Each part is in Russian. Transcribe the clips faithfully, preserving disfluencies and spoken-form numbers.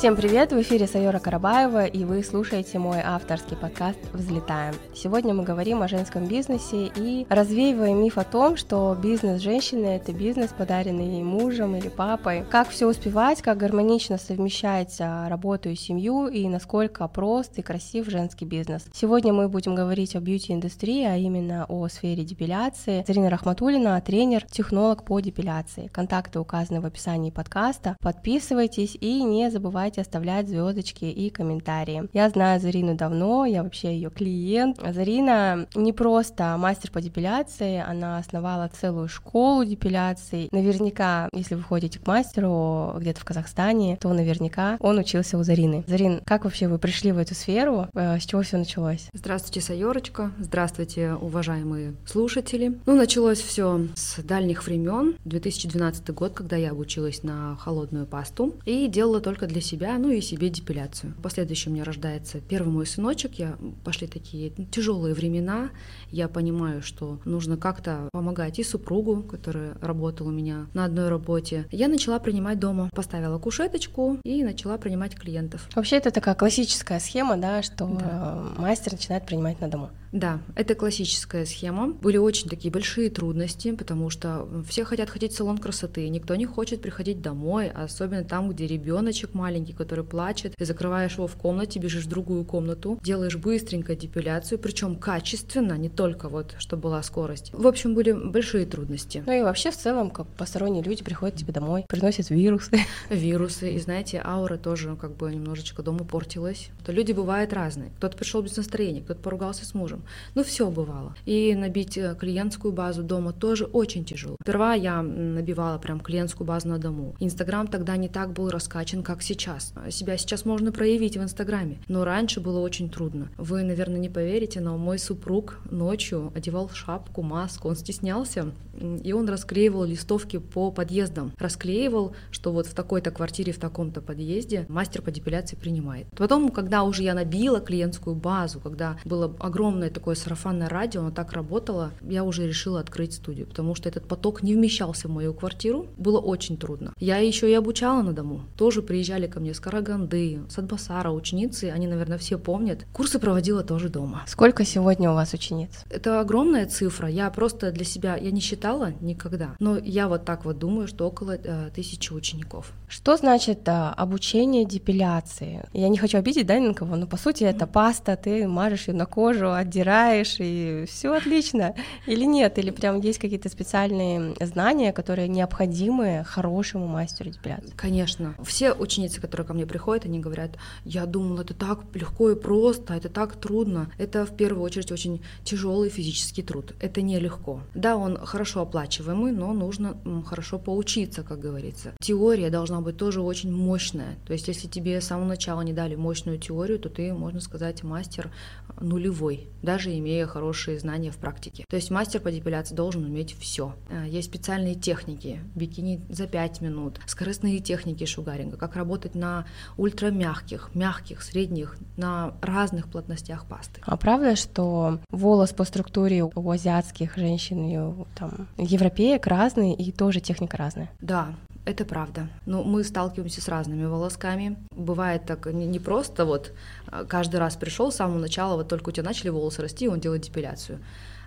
Всем привет! В эфире Сайора Карабаева, и вы слушаете мой авторский подкаст «Взлетаем». Сегодня мы говорим о женском бизнесе и развеиваем миф о том, что бизнес женщины – это бизнес, подаренный ей мужем или папой. Как все успевать, как гармонично совмещать работу и семью, и насколько прост и красив женский бизнес. Сегодня мы будем говорить о бьюти-индустрии, а именно о сфере депиляции. Зарина Рахматуллина, тренер, технолог по депиляции. Контакты указаны в описании подкаста. Подписывайтесь и не забывайте оставлять звездочки и комментарии. Я знаю Зарину давно, я вообще ее клиент. Зарина не просто мастер по депиляции, она основала целую школу депиляции. Наверняка, если вы ходите к мастеру где-то в Казахстане, то наверняка он учился у Зарины. Зарин, как вообще вы пришли в эту сферу? С чего все началось? Здравствуйте, Сайорочка. Здравствуйте, уважаемые слушатели. Ну, началось все с дальних времен. две тысячи двенадцатый год, когда я обучилась на холодную пасту и делала только для себя, ну и себе депиляцию. В последующем у меня рождается первый мой сыночек. Я пошли такие тяжелые времена. Я понимаю, что нужно как-то помогать и супругу, который работал у меня на одной работе. Я начала принимать дома. Поставила кушеточку и начала принимать клиентов. Вообще это такая классическая схема, да, что Да. мастер начинает принимать на дому. Да, это классическая схема. Были очень такие большие трудности, потому что все хотят ходить в салон красоты, никто не хочет приходить домой, особенно там, где ребеночек маленький, который плачет, ты закрываешь его в комнате, бежишь в другую комнату, делаешь быстренько депиляцию, причем качественно, не только вот, чтобы была скорость. В общем, были большие трудности. Ну и вообще в целом, как посторонние люди приходят к тебе домой, приносят вирусы. Вирусы, и знаете, аура тоже как бы немножечко дома портилась. То люди бывают разные. Кто-то пришел без настроения, кто-то поругался с мужем. Ну, все бывало. И набить клиентскую базу дома тоже очень тяжело. Сперва я набивала прям клиентскую базу на дому. Инстаграм тогда не так был раскачан, как сейчас. Себя сейчас можно проявить в Инстаграме, но раньше было очень трудно. Вы, наверное, не поверите, но мой супруг ночью одевал шапку, маску, он стеснялся, и он расклеивал листовки по подъездам. Расклеивал, что вот в такой-то квартире, в таком-то подъезде мастер по депиляции принимает. Потом, когда уже я набила клиентскую базу, когда было огромное такое сарафанное радио, оно так работало, я уже решила открыть студию, потому что этот поток не вмещался в мою квартиру, было очень трудно. Я еще и обучала на дому. Тоже приезжали ко мне с Караганды, с Атбасара ученицы, они, наверное, все помнят. Курсы проводила тоже дома. Сколько сегодня у вас учениц? Это огромная цифра, я просто для себя, я не считала никогда, но я вот так вот думаю, что около э, тысячи учеников. Что значит да, обучение депиляции? Я не хочу обидеть, да, никого, но по сути это паста, ты мажешь ее на кожу, отдираешь, и все отлично. Или нет? Или прям есть какие-то специальные знания, которые необходимы хорошему мастеру депиляции? Конечно. Все ученицы, которые ко мне приходят, они говорят: я думала, это так легко и просто, это так трудно. Это в первую очередь очень тяжелый физический труд. Это нелегко. Да, он хорошо оплачиваемый, но нужно хорошо поучиться, как говорится. Теория должна быть тоже очень мощная. То есть, если тебе с самого начала не дали мощную теорию, то ты, можно сказать, мастер нулевой, даже имея хорошие знания в практике. То есть мастер по депиляции должен уметь все. Есть специальные техники, бикини за пять минут, скоростные техники шугаринга, как работать на ультрамягких, мягких, средних, на разных плотностях пасты. А правда, что волос по структуре у азиатских женщин и у там, европеек разный, и тоже техника разная? Да. Это правда. Но мы сталкиваемся с разными волосками. Бывает так не просто вот каждый раз пришел с самого начала, вот только у тебя начали волосы расти, и он делает депиляцию.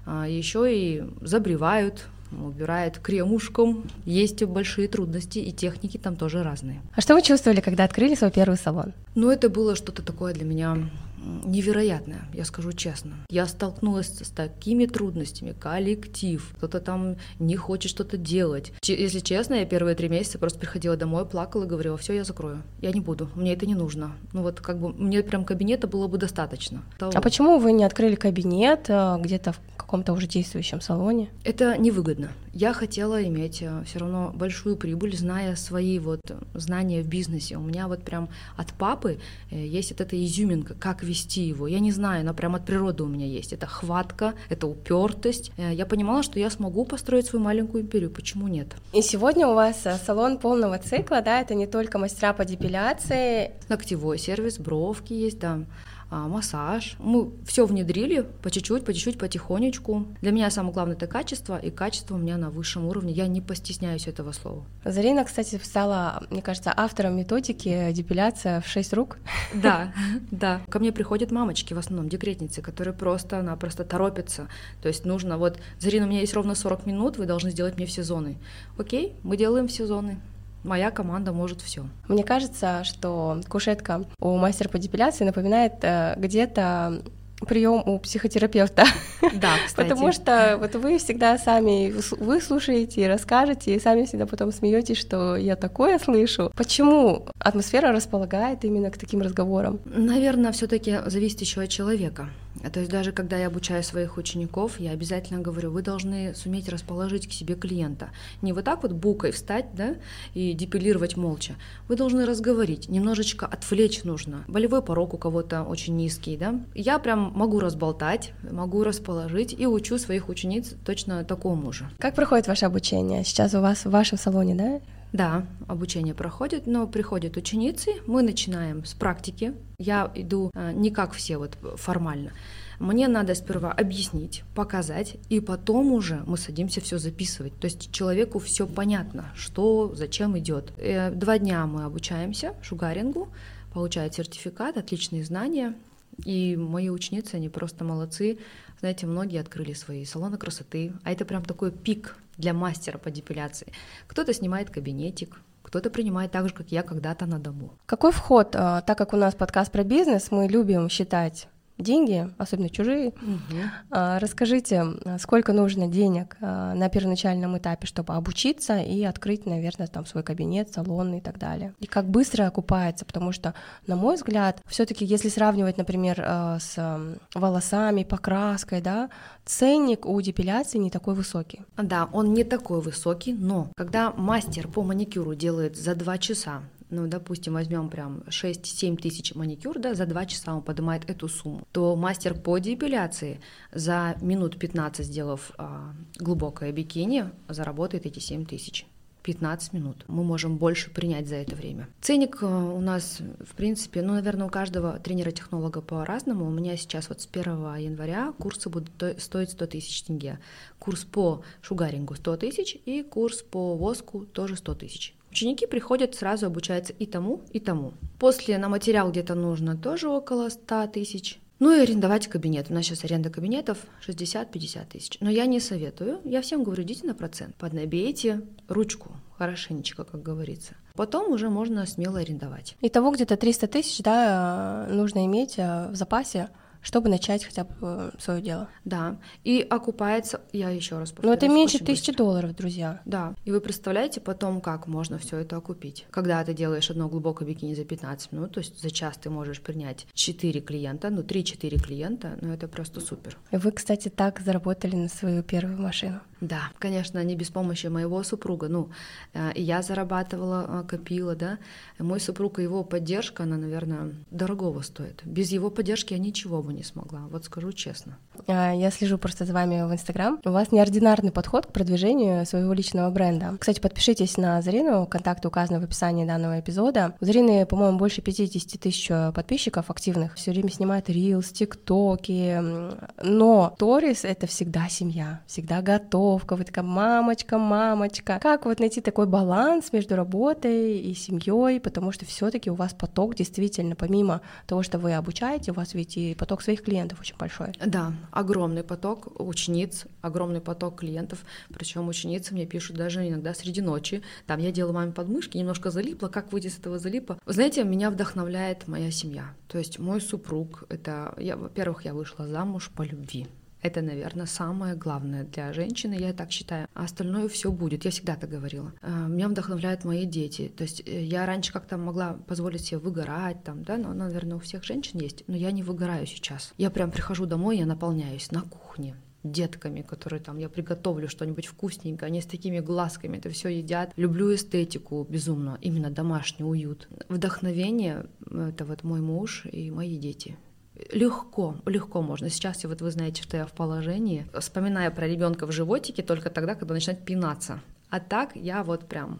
Еще и забривают, убирают кремушком. Есть большие трудности, и техники там тоже разные. А что вы чувствовали, когда открыли свой первый салон? Ну, это было что-то такое для меня невероятное, я скажу честно. Я столкнулась с такими трудностями. Коллектив, кто-то там не хочет что-то делать. Ч- если честно, я первые три месяца просто приходила домой, плакала и говорила: все, я закрою, я не буду, мне это не нужно. Ну вот как бы мне прям кабинета было бы достаточно. Того. А почему вы не открыли кабинет где-то в каком-то уже действующем салоне? Это невыгодно. Я хотела иметь все равно большую прибыль, зная свои вот знания в бизнесе. У меня вот прям от папы есть вот эта изюминка, как вести его. Я не знаю, но прям от природы у меня есть. Это хватка, это упертость. Я понимала, что я смогу построить свою маленькую империю. Почему нет? И сегодня у вас салон полного цикла, да? Это не только мастера по депиляции. Ногтевой сервис, бровки есть, да. массаж. Мы все внедрили по чуть-чуть, по чуть-чуть, потихонечку. Для меня самое главное — это качество, и качество у меня на высшем уровне. Я не постесняюсь этого слова. Зарина, кстати, стала, мне кажется, автором методики депиляция в шесть рук. Да, да. Ко мне приходят мамочки, в основном декретницы, которые просто-напросто торопятся. То есть нужно вот, Зарина, у меня есть ровно сорок минут, вы должны сделать мне все зоны. Окей, мы делаем все зоны. Моя команда может все. Мне кажется, что кушетка у мастера по депиляции напоминает э, где-то прием у психотерапевта. Да, кстати. Потому что вот вы всегда сами вы слушаете и расскажете, и сами всегда потом смеетесь, что я такое слышу. Почему атмосфера располагает именно к таким разговорам? Наверное, все-таки зависит еще от человека. То есть даже когда я обучаю своих учеников, я обязательно говорю, вы должны суметь расположить к себе клиента. Не вот так вот букой встать, да, и депилировать молча. Вы должны разговорить, немножечко отвлечь нужно. Болевой порог у кого-то очень низкий, да. Я прям могу разболтать, могу расположить и учу своих учениц точно такому же. Как проходит ваше обучение? Сейчас у вас в вашем салоне, да? Да, обучение проходит, но приходят ученицы, мы начинаем с практики. Я иду не как все вот формально. Мне надо сперва объяснить, показать, и потом уже мы садимся все записывать. То есть человеку все понятно, что, зачем идет. Два дня мы обучаемся шугарингу, получают сертификат, отличные знания. И мои ученицы, они просто молодцы. Знаете, многие открыли свои салоны красоты, а это прям такой пик для мастера по депиляции. Кто-то снимает кабинетик, кто-то принимает так же, как я, когда-то на дому. Какой вход? Так как у нас подкаст про бизнес, мы любим считать деньги, особенно чужие. Угу. Расскажите, сколько нужно денег на первоначальном этапе, чтобы обучиться и открыть, наверное, там свой кабинет, салон и так далее. И как быстро окупается, потому что, на мой взгляд, все-таки, если сравнивать, например, с волосами, покраской, да, ценник у депиляции не такой высокий. Да, он не такой высокий, но когда мастер по маникюру делает за два часа, ну, допустим, возьмем прям шесть-семь тысяч маникюр, да, за два часа он поднимает эту сумму, то мастер по депиляции за минут пятнадцать, сделав а, глубокое бикини, заработает эти семь тысяч. пятнадцать минут. Мы можем больше принять за это время. Ценник у нас, в принципе, ну, наверное, у каждого тренера-технолога по-разному. У меня сейчас вот с первого января курсы будут стоить сто тысяч тенге. Курс по шугарингу сто тысяч и курс по воску тоже сто тысяч. Ученики приходят, сразу обучаются и тому, и тому. После на материал где-то нужно тоже около ста тысяч. Ну и арендовать кабинет. У нас сейчас аренда кабинетов шестьдесят-пятьдесят тысяч. Но я не советую. Я всем говорю, идите на процент. Поднабейте ручку хорошенечко, как говорится. Потом уже можно смело арендовать. Итого где-то триста тысяч, да, нужно иметь в запасе, чтобы начать хотя бы свое дело. Да, и окупается, я еще раз повторюсь. Но это меньше тысячи долларов, друзья. Да, и вы представляете потом, как можно все это окупить. Когда ты делаешь одно глубокое бикини за пятнадцать минут, то есть за час ты можешь принять четыре клиента, ну три-четыре клиента, ну это просто супер. И вы, кстати, так заработали на свою первую машину. Да, конечно, не без помощи моего супруга. Ну, и я зарабатывала, копила, да. Мой супруг и его поддержка, она, наверное, дорогого стоит. Без его поддержки я ничего бы не смогла, вот скажу честно. Я слежу просто за вами в Инстаграм. У вас неординарный подход к продвижению своего личного бренда. Кстати, подпишитесь на Зарину, контакты указаны в описании данного эпизода. У Зарины, по-моему, больше пятьдесят тысяч подписчиков активных. Все время снимает рилс, тиктоки. Но сторис — это всегда семья, всегда готовка. Вы такая мамочка, мамочка. Как вот найти такой баланс между работой и семьей, потому что все-таки у вас поток действительно, помимо того, что вы обучаете, у вас ведь и поток своих клиентов очень большой. Да, огромный поток учениц, огромный поток клиентов, причем ученицы мне пишут даже иногда среди ночи. Там я делаю маме подмышки, немножко залипла, как выйти с этого залипа. Вы знаете, меня вдохновляет моя семья, то есть мой супруг. Это, я, во-первых, я вышла замуж по любви. Это, наверное, самое главное для женщины, я так считаю. А остальное все будет. Я всегда так говорила. Меня вдохновляют мои дети. То есть я раньше как-то могла позволить себе выгорать, там, да, но, наверное, у всех женщин есть. Но я не выгораю сейчас. Я прям прихожу домой, я наполняюсь на кухне детками, которые там, я приготовлю что-нибудь вкусненькое, они с такими глазками это все едят. Люблю эстетику безумно, именно домашний уют. Вдохновение — это вот мой муж и мои дети. Легко, легко можно. Сейчас вот вы знаете, что я в положении, вспоминая про ребенка в животике только тогда, когда начинает пинаться. А так я вот прям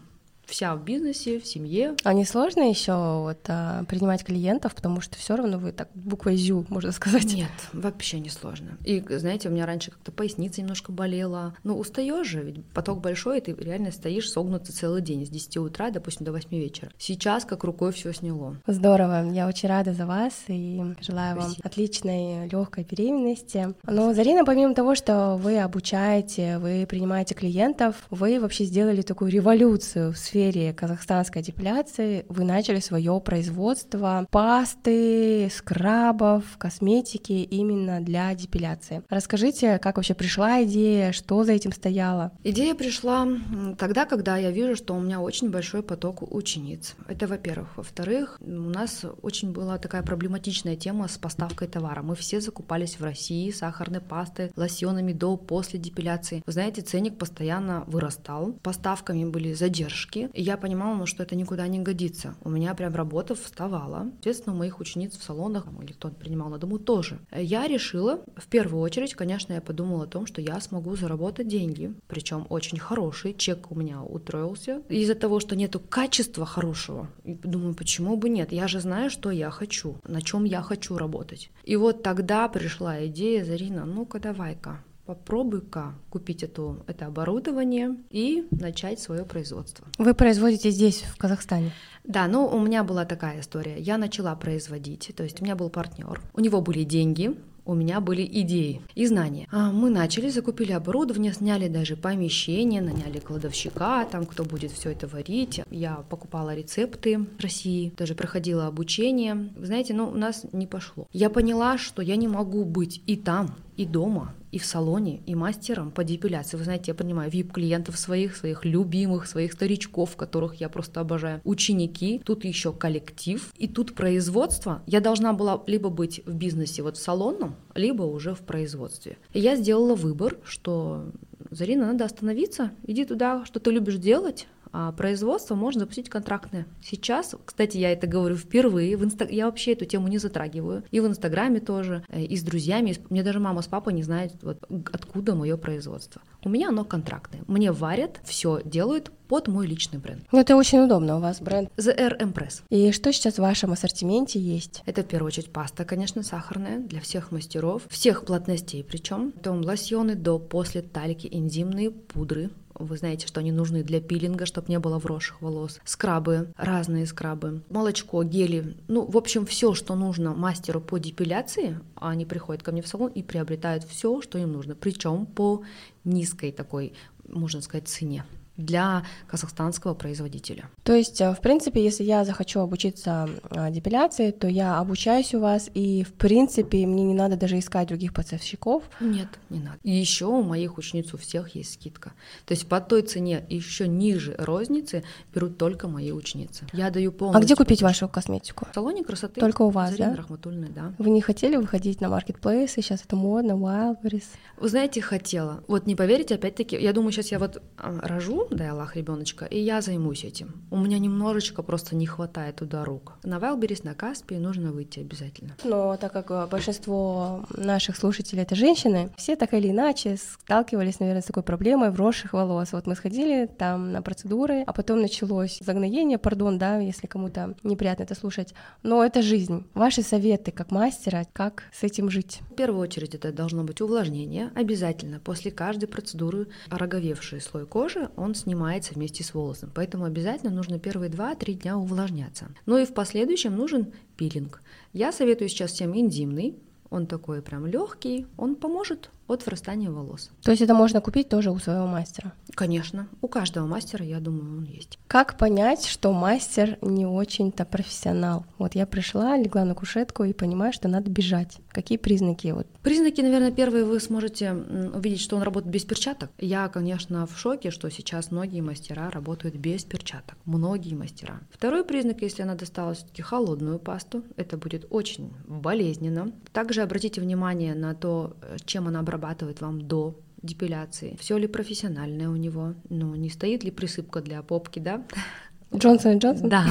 вся в бизнесе, в семье. А не сложно еще вот, а, принимать клиентов, потому что все равно вы так буквой «зю», можно сказать? Нет, вообще не сложно. И, знаете, у меня раньше как-то поясница немножко болела. Ну, устаешь же, ведь поток большой, и ты реально стоишь согнутый целый день, с десяти утра, допустим, до восьми вечера. Сейчас как рукой все сняло. Здорово, я очень рада за вас и желаю Спасибо. Вам отличной, легкой беременности. Но, Зарина, помимо того, что вы обучаете, вы принимаете клиентов, вы вообще сделали такую революцию в сфере В сфере казахстанской депиляции. Вы начали свое производство пасты, скрабов, косметики именно для депиляции. Расскажите, как вообще пришла идея, что за этим стояло? Идея пришла тогда, когда я вижу, что у меня очень большой поток учениц. Это, во-первых. Во-вторых, у нас очень была такая проблематичная тема с поставкой товара. Мы все закупались в России сахарной пастой, лосьонами до, после депиляции. Вы знаете, ценник постоянно вырастал, поставками были задержки. И я понимала, ну, что это никуда не годится. У меня прям работа вставала. Соответственно, у моих учениц в салонах, или кто-то принимал на дому, тоже. Я решила, в первую очередь, конечно, я подумала о том, что я смогу заработать деньги, причем очень хороший, чек у меня утроился. Из-за того, что нету качества хорошего, думаю, почему бы нет? Я же знаю, что я хочу, на чем я хочу работать. И вот тогда пришла идея: Зарина, ну-ка давай-ка, попробуй-ка купить эту, это оборудование и начать свое производство. Вы производите здесь, в Казахстане? Да, ну у меня была такая история. Я начала производить, то есть у меня был партнер, у него были деньги, у меня были идеи и знания. Мы начали, закупили оборудование, сняли даже помещение, наняли кладовщика, там кто будет все это варить. Я покупала рецепты в России, даже проходила обучение. Вы знаете, ну у нас не пошло. Я поняла, что я не могу быть и там, и дома, и в салоне, и мастером по депиляции. Вы знаете, я понимаю, ви ай пи-клиентов своих, своих любимых, своих старичков, которых я просто обожаю, ученики, тут еще коллектив, и тут производство. Я должна была либо быть в бизнесе вот в салонном, либо уже в производстве. И я сделала выбор, что, Зарина, надо остановиться, иди туда, что ты любишь делать, а производство можно запустить контрактное. Сейчас, кстати, я это говорю впервые, в инста... я вообще эту тему не затрагиваю, и в Инстаграме тоже, и с друзьями, мне даже мама с папой не знают, вот, откуда мое производство. У меня оно контрактное, мне варят, все делают под мой личный бренд. Ну, это очень удобно, у вас бренд The Air Empress. И что сейчас в вашем ассортименте есть? Это, в первую очередь, паста, конечно, сахарная для всех мастеров, всех плотностей причем. Потом лосьоны до, после, тальки, энзимные пудры. Вы знаете, что они нужны для пилинга, чтобы не было вросших волос. Скрабы, разные скрабы, молочко, гели. Ну, в общем, все, что нужно мастеру по депиляции, они приходят ко мне в салон и приобретают все, что им нужно. Причем по низкой такой, можно сказать, цене для казахстанского производителя. То есть, в принципе, если я захочу обучиться депиляции, то я обучаюсь у вас, и, в принципе, мне не надо даже искать других поставщиков? Нет, не надо. И еще у моих учениц у всех есть скидка. То есть по той цене еще ниже розницы берут только мои ученицы. Я даю полностью. А где купить вашу косметику? В салоне красоты. Только у вас, Зарина да? Рахматульная, да. Вы не хотели выходить на маркетплейсы? Сейчас это модно, Wildberries. Вы знаете, хотела. Вот не поверите, опять-таки, я думаю, сейчас я вот рожу, дай Аллах, ребеночка, и я займусь этим. У меня немножечко просто не хватает туда рук. На Wildberries, на Каспий нужно выйти обязательно. Но так как большинство наших слушателей — это женщины, все так или иначе сталкивались, наверное, с такой проблемой вросших волос. Вот мы сходили там на процедуры, а потом началось загноение, пардон, да, если кому-то неприятно это слушать. Но это жизнь. Ваши советы как мастера, как с этим жить? В первую очередь это должно быть увлажнение. Обязательно после каждой процедуры ороговевший слой кожи, он снимается вместе с волосом. Поэтому обязательно нужно первые два-три дня увлажняться. Ну и в последующем нужен пилинг. Я советую сейчас всем энзимный. Он такой прям легкий, он поможет от вырастания волос. То есть это можно купить тоже у своего мастера? Конечно, у каждого мастера, я думаю, он есть. Как понять, что мастер не очень-то профессионал? Вот я пришла, легла на кушетку и понимаю, что надо бежать. Какие признаки? Вот? Признаки, наверное, первые вы сможете увидеть, что он работает без перчаток. Я, конечно, в шоке, что сейчас многие мастера работают без перчаток. Многие мастера. Второй признак, если она достала все-таки холодную пасту, это будет очень болезненно. Также обратите внимание на то, чем она обрабатывает вам до депиляции. Все ли профессиональное у него? Ну, не стоит ли присыпка для попки, да? Джонсон и Джонсон? Да,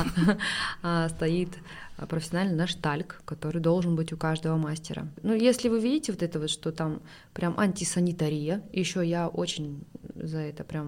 а, стоит профессиональный наш тальк, который должен быть у каждого мастера. Ну, если вы видите вот это вот, что там прям антисанитария, еще я очень за это прям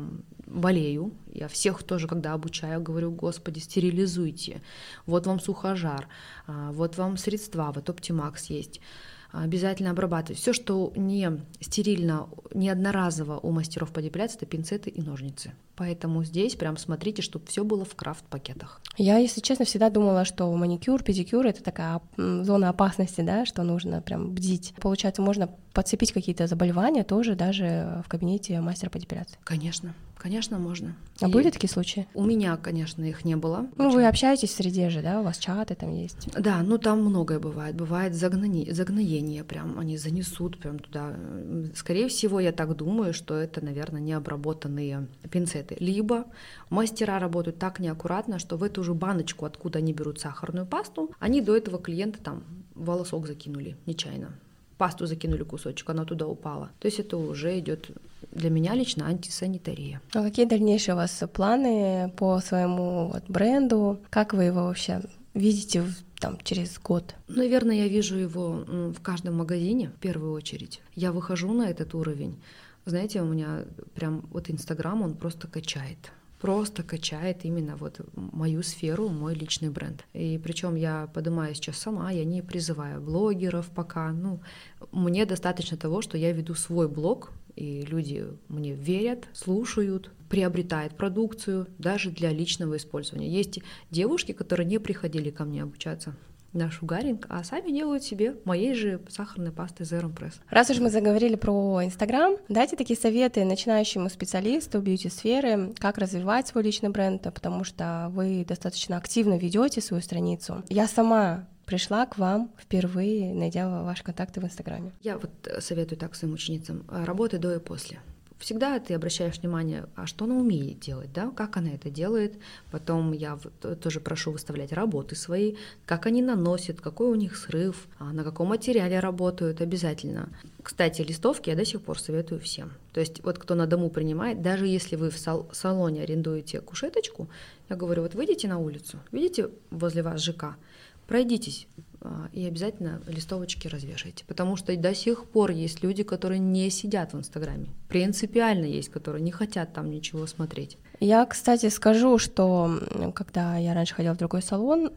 болею. Я всех тоже, когда обучаю, говорю: Господи, стерилизуйте. Вот вам сухожар, вот вам средства, вот Оптимакс есть. Обязательно обрабатывать. Все, что не стерильно, не одноразово у мастеров по депиляции, это пинцеты и ножницы. Поэтому здесь прям смотрите, чтобы все было в крафт-пакетах. Я, если честно, всегда думала, что маникюр, педикюр — это такая зона опасности, да, что нужно прям бдить. Получается, можно подцепить какие-то заболевания тоже даже в кабинете мастера по депиляции. Конечно. Конечно, можно. А и были такие случаи? У меня, конечно, их не было. Ну, вы общаетесь в среде же, да? У вас чаты там есть? Да, ну там многое бывает. Бывает загнание, загноение прям, они занесут прям туда. Скорее всего, я так думаю, что это, наверное, необработанные пинцеты. Либо мастера работают так неаккуратно, что в эту же баночку, откуда они берут сахарную пасту, они до этого клиента там волосок закинули нечаянно. Пасту закинули кусочек, она туда упала. То есть это уже идет для меня лично антисанитария. А какие дальнейшие у вас планы по своему вот бренду? Как вы его вообще видите там через год? Наверное, я вижу его в каждом магазине в первую очередь. Я выхожу на этот уровень. Знаете, у меня прям вот Инстаграм, он просто качает. Просто качает именно вот мою сферу, мой личный бренд. И причем я поднимаю сейчас сама, я не призываю блогеров пока. Ну, мне достаточно того, что я веду свой блог, и люди мне верят, слушают, приобретают продукцию даже для личного использования. Есть девушки, которые не приходили ко мне обучаться на шугаринг, а сами делают себе моей же сахарной пастой Zero Press. Раз уж мы заговорили про Инстаграм, дайте такие советы начинающему специалисту бьюти-сферы, как развивать свой личный бренд, потому что вы достаточно активно ведете свою страницу. Я сама пришла к вам впервые, найдя ваши контакты в Инстаграме. Я вот советую так своим ученицам: работай до и после. Всегда ты обращаешь внимание, а что она умеет делать, да, как она это делает. Потом я тоже прошу выставлять работы свои, как они наносят, какой у них срыв, на каком материале работают обязательно. Кстати, листовки я до сих пор советую всем. То есть вот кто на дому принимает, даже если вы в сал- салоне арендуете кушеточку, я говорю: вот выйдите на улицу, видите возле вас ЖК, пройдитесь и обязательно листовочки развешайте, потому что до сих пор есть люди, которые не сидят в Инстаграме, принципиально есть, которые не хотят там ничего смотреть. Я, кстати, скажу, что когда я раньше ходила в другой салон,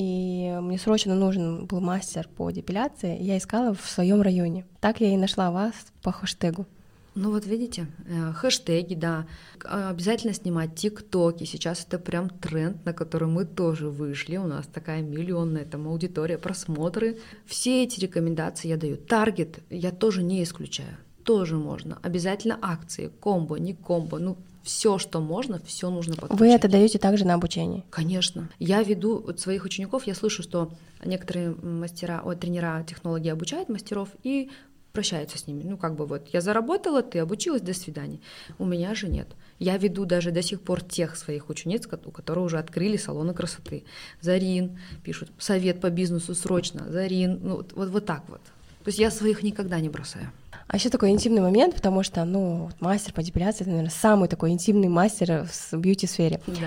и мне срочно нужен был мастер по депиляции, я искала в своем районе. Так я и нашла вас по хэштегу. Ну вот видите, хэштеги, да, обязательно снимать тиктоки, сейчас это прям тренд, на который мы тоже вышли, у нас такая миллионная там аудитория, просмотры. Все эти рекомендации я даю. Таргет я тоже не исключаю, тоже можно. Обязательно акции, комбо, не комбо, ну все, что можно, все нужно подключать. Вы это даете также на обучение? Конечно. Я веду вот своих учеников, я слышу, что некоторые мастера, ой, тренера, технологи обучают мастеров и прощаются с ними. Ну, как бы вот, я заработала, ты обучилась, до свидания. У меня же нет. Я веду даже до сих пор тех своих учениц, у которых уже открыли салоны красоты. Зарин, пишут, совет по бизнесу срочно, Зарин, ну, вот, вот, вот так вот. То есть я своих никогда не бросаю. А еще такой интимный момент, потому что, ну, мастер по депиляции — это, наверное, самый такой интимный мастер в бьюти-сфере. Да.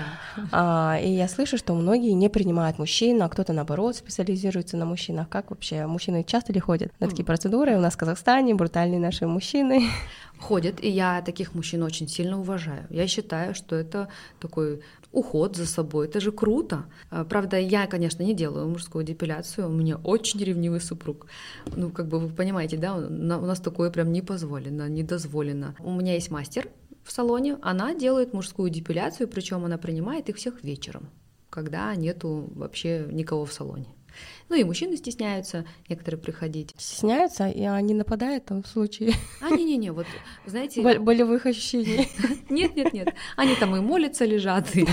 А, и я слышу, что многие не принимают мужчин, а кто-то, наоборот, специализируется на мужчинах. Как вообще? Мужчины часто ли ходят на такие процедуры? У нас в Казахстане брутальные наши мужчины. Ходят, и я таких мужчин очень сильно уважаю. Я считаю, что это такой уход за собой, это же круто. Правда, я, конечно, не делаю мужскую депиляцию, у меня очень ревнивый супруг. Ну, как бы вы понимаете, да, у нас такое прям не позволено, не дозволено. У меня есть мастер в салоне, она делает мужскую депиляцию, причем она принимает их всех вечером, когда нету вообще никого в салоне. Ну и мужчины стесняются некоторые приходить. Стесняются, и они нападают там в случае... А, не-не-не, вот, знаете... Бол- болевых ощущений. Нет-нет-нет, они там и молятся, лежат, и,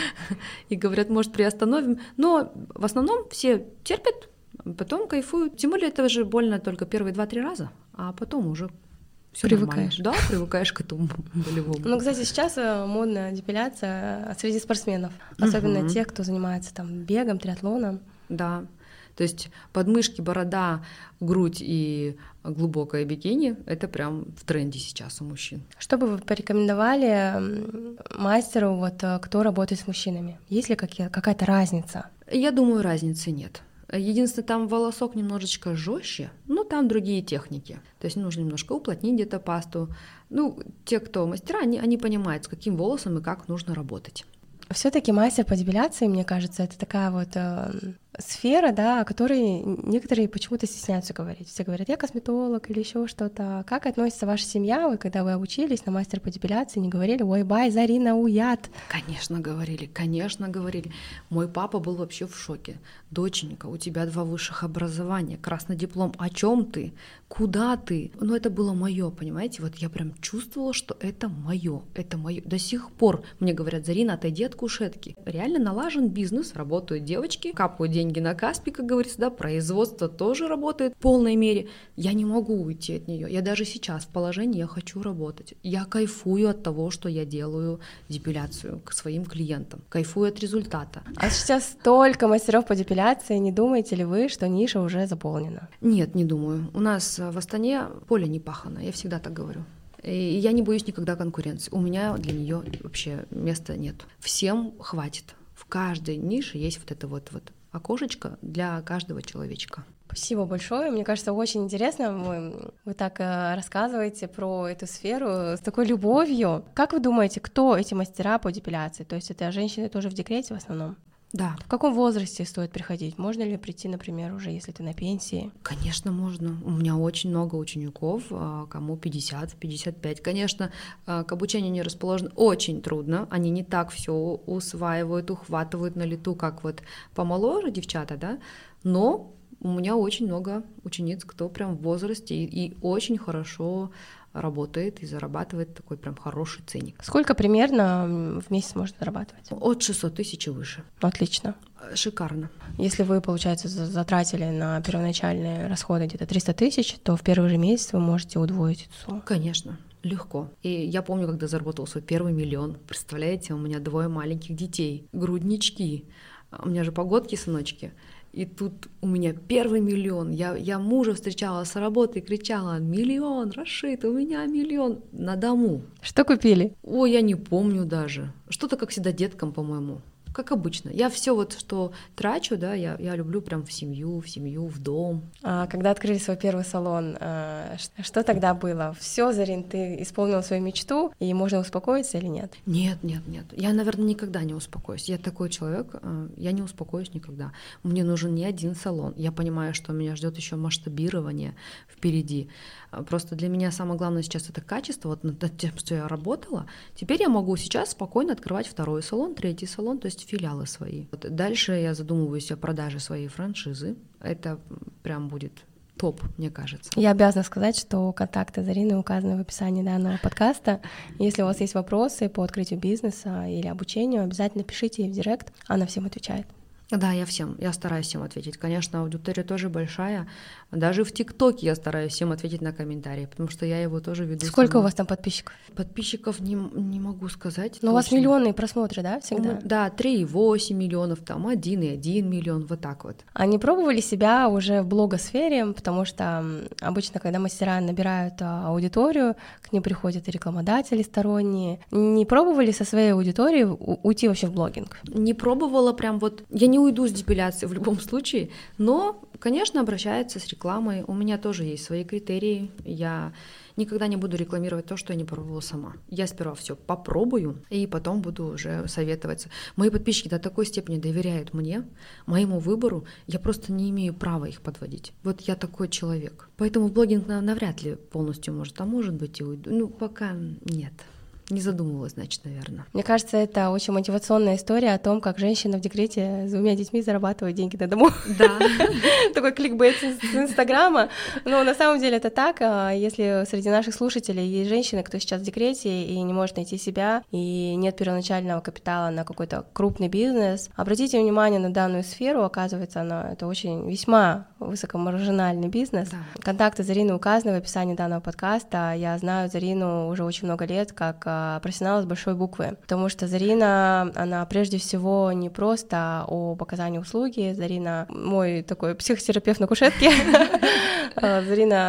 и говорят, может, приостановим. Но в основном все терпят, потом кайфуют. Тем более это же больно только первые два-три раза, а потом уже всё привыкаешь. Нормально. Да, привыкаешь к этому болевому. Ну, кстати, сейчас модная депиляция среди спортсменов, особенно Мгм. тех, кто занимается там бегом, триатлоном. Да, то есть подмышки, борода, грудь и глубокое бикини — это прям в тренде сейчас у мужчин. Что бы вы порекомендовали м, мастеру, вот, э, кто работает с мужчинами? Есть ли какие- какая-то разница? Я думаю, разницы нет. Единственное, там волосок немножечко жестче, но там другие техники. То есть нужно немножко уплотнить где-то пасту. Ну, те, кто мастера, они, они понимают, с каким волосом и как нужно работать. Все-таки мастер по депиляции, мне кажется, это такая вот э, сфера, да, о которой некоторые почему-то стесняются говорить. Все говорят, я косметолог или еще что-то. Как относится ваша семья? Вы, когда вы обучились на мастер по депиляции, не говорили, ой, бай, Зарина, уят? Конечно, говорили, конечно, говорили. Мой папа был вообще в шоке. Доченька, у тебя два высших образования, красный диплом, о чем ты? Куда ты? Ну, это было мое, понимаете? Вот я прям чувствовала, что это мое, это мое. До сих пор мне говорят, Зарина, отойди от кушетки. Реально налажен бизнес, работают девочки, капают деньги на Каспий, как говорится, да, производство тоже работает в полной мере. Я не могу уйти от нее. Я даже сейчас в положении, я хочу работать. Я кайфую от того, что я делаю депиляцию к своим клиентам. Кайфую от результата. А сейчас столько мастеров по депиляции, не думаете ли вы, что ниша уже заполнена? Нет, не думаю. У нас в Астане поле не пахано, я всегда так говорю. И я не боюсь никогда конкуренции. У меня для нее вообще места нет. Всем хватит. В каждой нише есть вот это вот, вот окошечко для каждого человечка. Спасибо большое. Мне кажется, очень интересно. Вы, вы так э, рассказываете про эту сферу с такой любовью. Как вы думаете, кто эти мастера по депиляции? То есть это женщины тоже в декрете в основном? Да. В каком возрасте стоит приходить? Можно ли прийти, например, уже если ты на пенсии? Конечно, можно. У меня очень много учеников, кому пятьдесят пятьдесят пять. Конечно, к обучению не расположены очень трудно. Они не так все усваивают, ухватывают на лету, как вот помоложе девчата, да. Но у меня очень много учениц, кто прям в возрасте и, и очень хорошо работает и зарабатывает такой прям хороший ценник. Сколько примерно в месяц можно зарабатывать? От шестисот тысяч и выше. Отлично. Шикарно. Если вы, получается, затратили на первоначальные расходы где-то триста тысяч, то в первый же месяц вы можете удвоить эту сумму. Конечно. Легко. И я помню, когда заработал свой первый миллион. Представляете, у меня двое маленьких детей, груднички. У меня же погодки, сыночки. И тут у меня первый миллион. Я, я мужа встречала с работы и кричала: миллион, Рашид, у меня миллион на дому. Что купили? Ой, я не помню даже. Что-то, как всегда, деткам, по-моему. Как обычно. Я все вот, что трачу, да, я, я люблю прям в семью, в семью, в дом. А когда открыли свой первый салон, что тогда было? Все, Зарин, ты исполнила свою мечту, и можно успокоиться или нет? Нет, нет, нет. Я, наверное, никогда не успокоюсь. Я такой человек, я не успокоюсь никогда. Мне нужен не один салон. Я понимаю, что меня ждет еще масштабирование впереди. Просто для меня самое главное сейчас это качество. Вот над тем, что я работала, теперь я могу сейчас спокойно открывать второй салон, третий салон, то есть филиалы свои. Вот дальше я задумываюсь о продаже своей франшизы. Это прям будет топ, мне кажется. Я обязана сказать, что контакты Зарины указаны в описании данного подкаста. Если у вас есть вопросы по открытию бизнеса или обучению, обязательно пишите ей в директ, она всем отвечает. Да, я всем, я стараюсь всем ответить. Конечно, аудитория тоже большая. Даже в ТикТоке я стараюсь всем ответить на комментарии, потому что я его тоже веду. Сколько сама. У вас там подписчиков? Подписчиков не, не могу сказать. Но точно. У вас миллионные просмотры, да, всегда? Мы, да, три и восемь миллионов, там один и один миллион, вот так вот. А не пробовали себя уже в блогосфере? Потому что обычно, когда мастера набирают аудиторию, к ним приходят и рекламодатели сторонние. Не пробовали со своей аудиторией уйти вообще в блогинг? Не пробовала прям вот... Я не уйду с депиляции в любом случае, но, конечно, обращаются с рекламой. У меня тоже есть свои критерии. Я никогда не буду рекламировать то, что я не пробовала сама. Я сперва все попробую, и потом буду уже советоваться. Мои подписчики до такой степени доверяют мне, моему выбору, я просто не имею права их подводить. Вот я такой человек. Поэтому в блогинг навряд ли полностью может, а может быть и уйду. Ну, пока нет. Не задумывалась, значит, наверное. Мне кажется, это очень мотивационная история о том, как женщина в декрете с двумя детьми зарабатывает деньги на дому. Да. Такой кликбейт с Инстаграма. Но на самом деле это так. Если среди наших слушателей есть женщины, кто сейчас в декрете и не может найти себя, и нет первоначального капитала на какой-то крупный бизнес, обратите внимание на данную сферу. Оказывается, она это очень весьма высокомаржинальный бизнес. Да. Контакты Зарины указаны в описании данного подкаста. Я знаю Зарину уже очень много лет как профессионала с большой буквы, потому что Зарина, она прежде всего не просто об оказании услуги. Зарина мой такой психотерапевт на кушетке. Зарина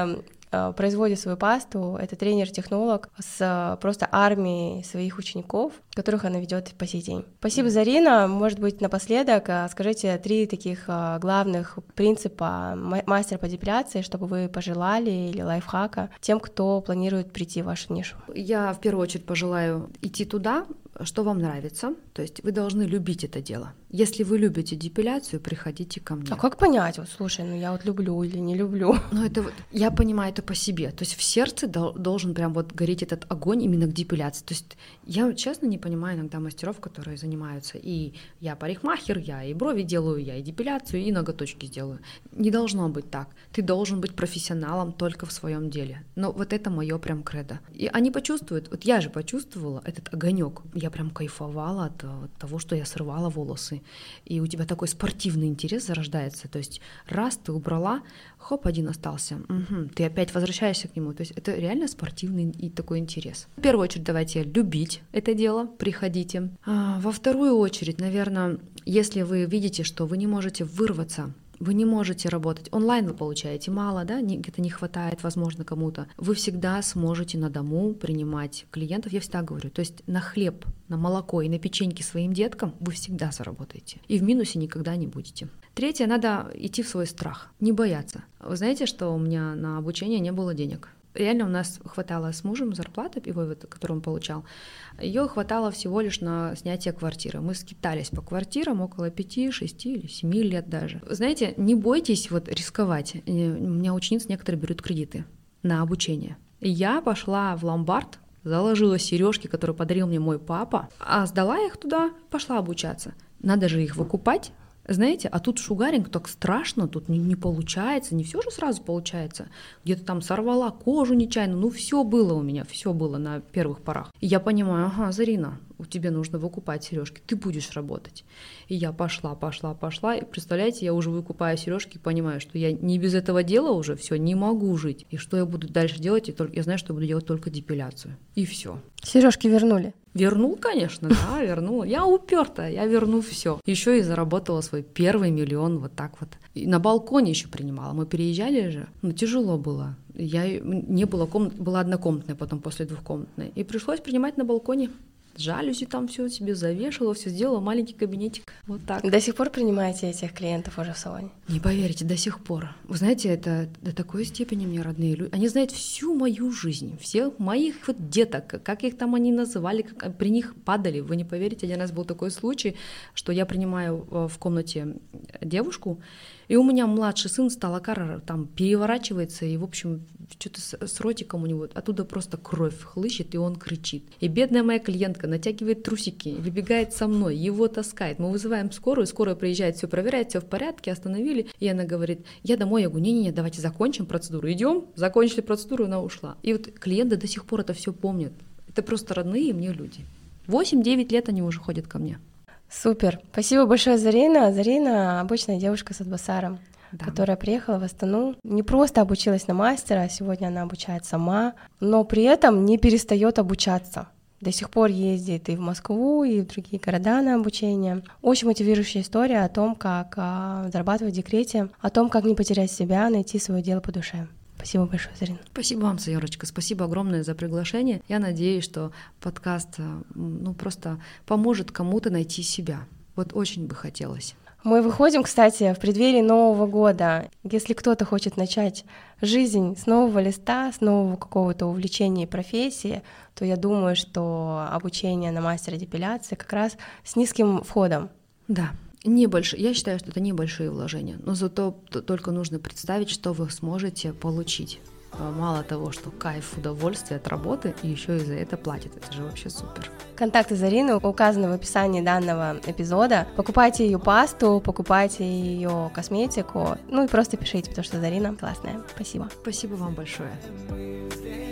производит свою пасту. Это тренер-технолог с просто армией своих учеников, которых она ведет по сей день. Спасибо, Зарина. Может быть, напоследок скажите три таких главных принципа мастера по депиляции, чтобы вы пожелали, или лайфхака тем, кто планирует прийти в вашу нишу. Я в первую очередь пожелаю идти туда, что вам нравится, то есть вы должны любить это дело. Если вы любите депиляцию, приходите ко мне. А как понять, вот слушай, ну я вот люблю или не люблю? Ну это вот, я понимаю это по себе, то есть в сердце должен прям вот гореть этот огонь именно к депиляции. То есть я честно не понимаю иногда мастеров, которые занимаются, и я парикмахер, я и брови делаю, я и депиляцию, и ноготочки сделаю. Не должно быть так. Ты должен быть профессионалом только в своем деле. Но вот это мое прям кредо. И они почувствуют, вот я же почувствовала этот огонек. Я прям кайфовала от, от того, что я срывала волосы. И у тебя такой спортивный интерес зарождается. То есть раз ты убрала, хоп, один остался. Угу, ты опять возвращаешься к нему. То есть это реально спортивный и такой интерес. В первую очередь давайте любить это дело, приходите. А, во вторую очередь, наверное, если вы видите, что вы не можете вырваться, вы не можете работать. Онлайн вы получаете мало, да, где-то не хватает, возможно, кому-то. Вы всегда сможете на дому принимать клиентов, я всегда говорю. То есть на хлеб, на молоко и на печеньки своим деткам вы всегда заработаете. И в минусе никогда не будете. Третье, надо идти в свой страх, не бояться. Вы знаете, что у меня на обучение не было денег? Реально у нас хватало с мужем зарплаты, его, вот, которую он получал, ее хватало всего лишь на снятие квартиры. Мы скитались по квартирам около пяти, шести или семи лет даже. Знаете, не бойтесь вот рисковать. У меня ученицы некоторые берут кредиты на обучение. Я пошла в ломбард, заложила сережки, которые подарил мне мой папа, а сдала их туда, пошла обучаться. Надо же их выкупать. Знаете, а тут шугаринг так страшно, тут не, не получается, не все же сразу получается. Где-то там сорвала кожу нечаянно, ну все было у меня, все было на первых порах. И я понимаю, ага, Зарина, у тебя нужно выкупать сережки, ты будешь работать. И я пошла, пошла, пошла, и представляете, я уже выкупаю сережки и понимаю, что я не без этого дела уже все, не могу жить. И что я буду дальше делать, и только, я знаю, что я буду делать только депиляцию. И все. Сережки вернули? Вернул, конечно, да, вернула. Я упертая, я верну все. Еще и заработала свой первый миллион вот так вот. И на балконе еще принимала. Мы переезжали же, ну тяжело было. Я не было комнат, была однокомнатная, потом после двухкомнатной. И пришлось принимать на балконе. Жалюзи там все себе завешала, все сделала, маленький кабинетик, вот так. До сих пор принимаете этих клиентов уже в салоне? Не поверите, до сих пор. Вы знаете, это до такой степени мне родные люди. Они знают всю мою жизнь, всех моих вот деток, как их там они называли, как при них падали. Вы не поверите, один раз был такой случай, что я принимаю в комнате девушку, и у меня младший сын сталокар там переворачивается, и, в общем, что-то с, с ротиком у него, оттуда просто кровь хлыщет, и он кричит. И бедная моя клиентка натягивает трусики, выбегает со мной, его таскает. Мы вызываем скорую, скорая приезжает, все проверяет, все в порядке, остановили. И она говорит, я домой, я говорю, не-не-не, давайте закончим процедуру. Идем, закончили процедуру, она ушла. И вот клиенты до сих пор это все помнят. Это просто родные мне люди. восемь-девять лет они уже ходят ко мне. Супер. Спасибо большое, Зарина. Зарина — обычная девушка с Атбасаром, да, которая приехала в Астану, не просто обучилась на мастера, а сегодня она обучает сама, но при этом не перестает обучаться. До сих пор ездит и в Москву, и в другие города на обучение. Очень мотивирующая история о том, как а, зарабатывать в декрете, о том, как не потерять себя, найти свое дело по душе. Спасибо большое, Зарина. Спасибо вам, Сайорочка, спасибо огромное за приглашение. Я надеюсь, что подкаст ну, просто поможет кому-то найти себя. Вот очень бы хотелось. Мы выходим, кстати, в преддверии Нового года. Если кто-то хочет начать жизнь с нового листа, с нового какого-то увлечения и профессии, то я думаю, что обучение на мастера депиляции как раз с низким входом. Да. Небольшие, я считаю, что это небольшие вложения, но зато только нужно представить, что вы сможете получить. Мало того, что кайф, удовольствие от работы, и еще и за это платят. Это же вообще супер. Контакты Зарины указаны в описании данного эпизода. Покупайте ее пасту, покупайте ее косметику, ну и просто пишите, потому что Зарина классная. Спасибо. Спасибо вам большое.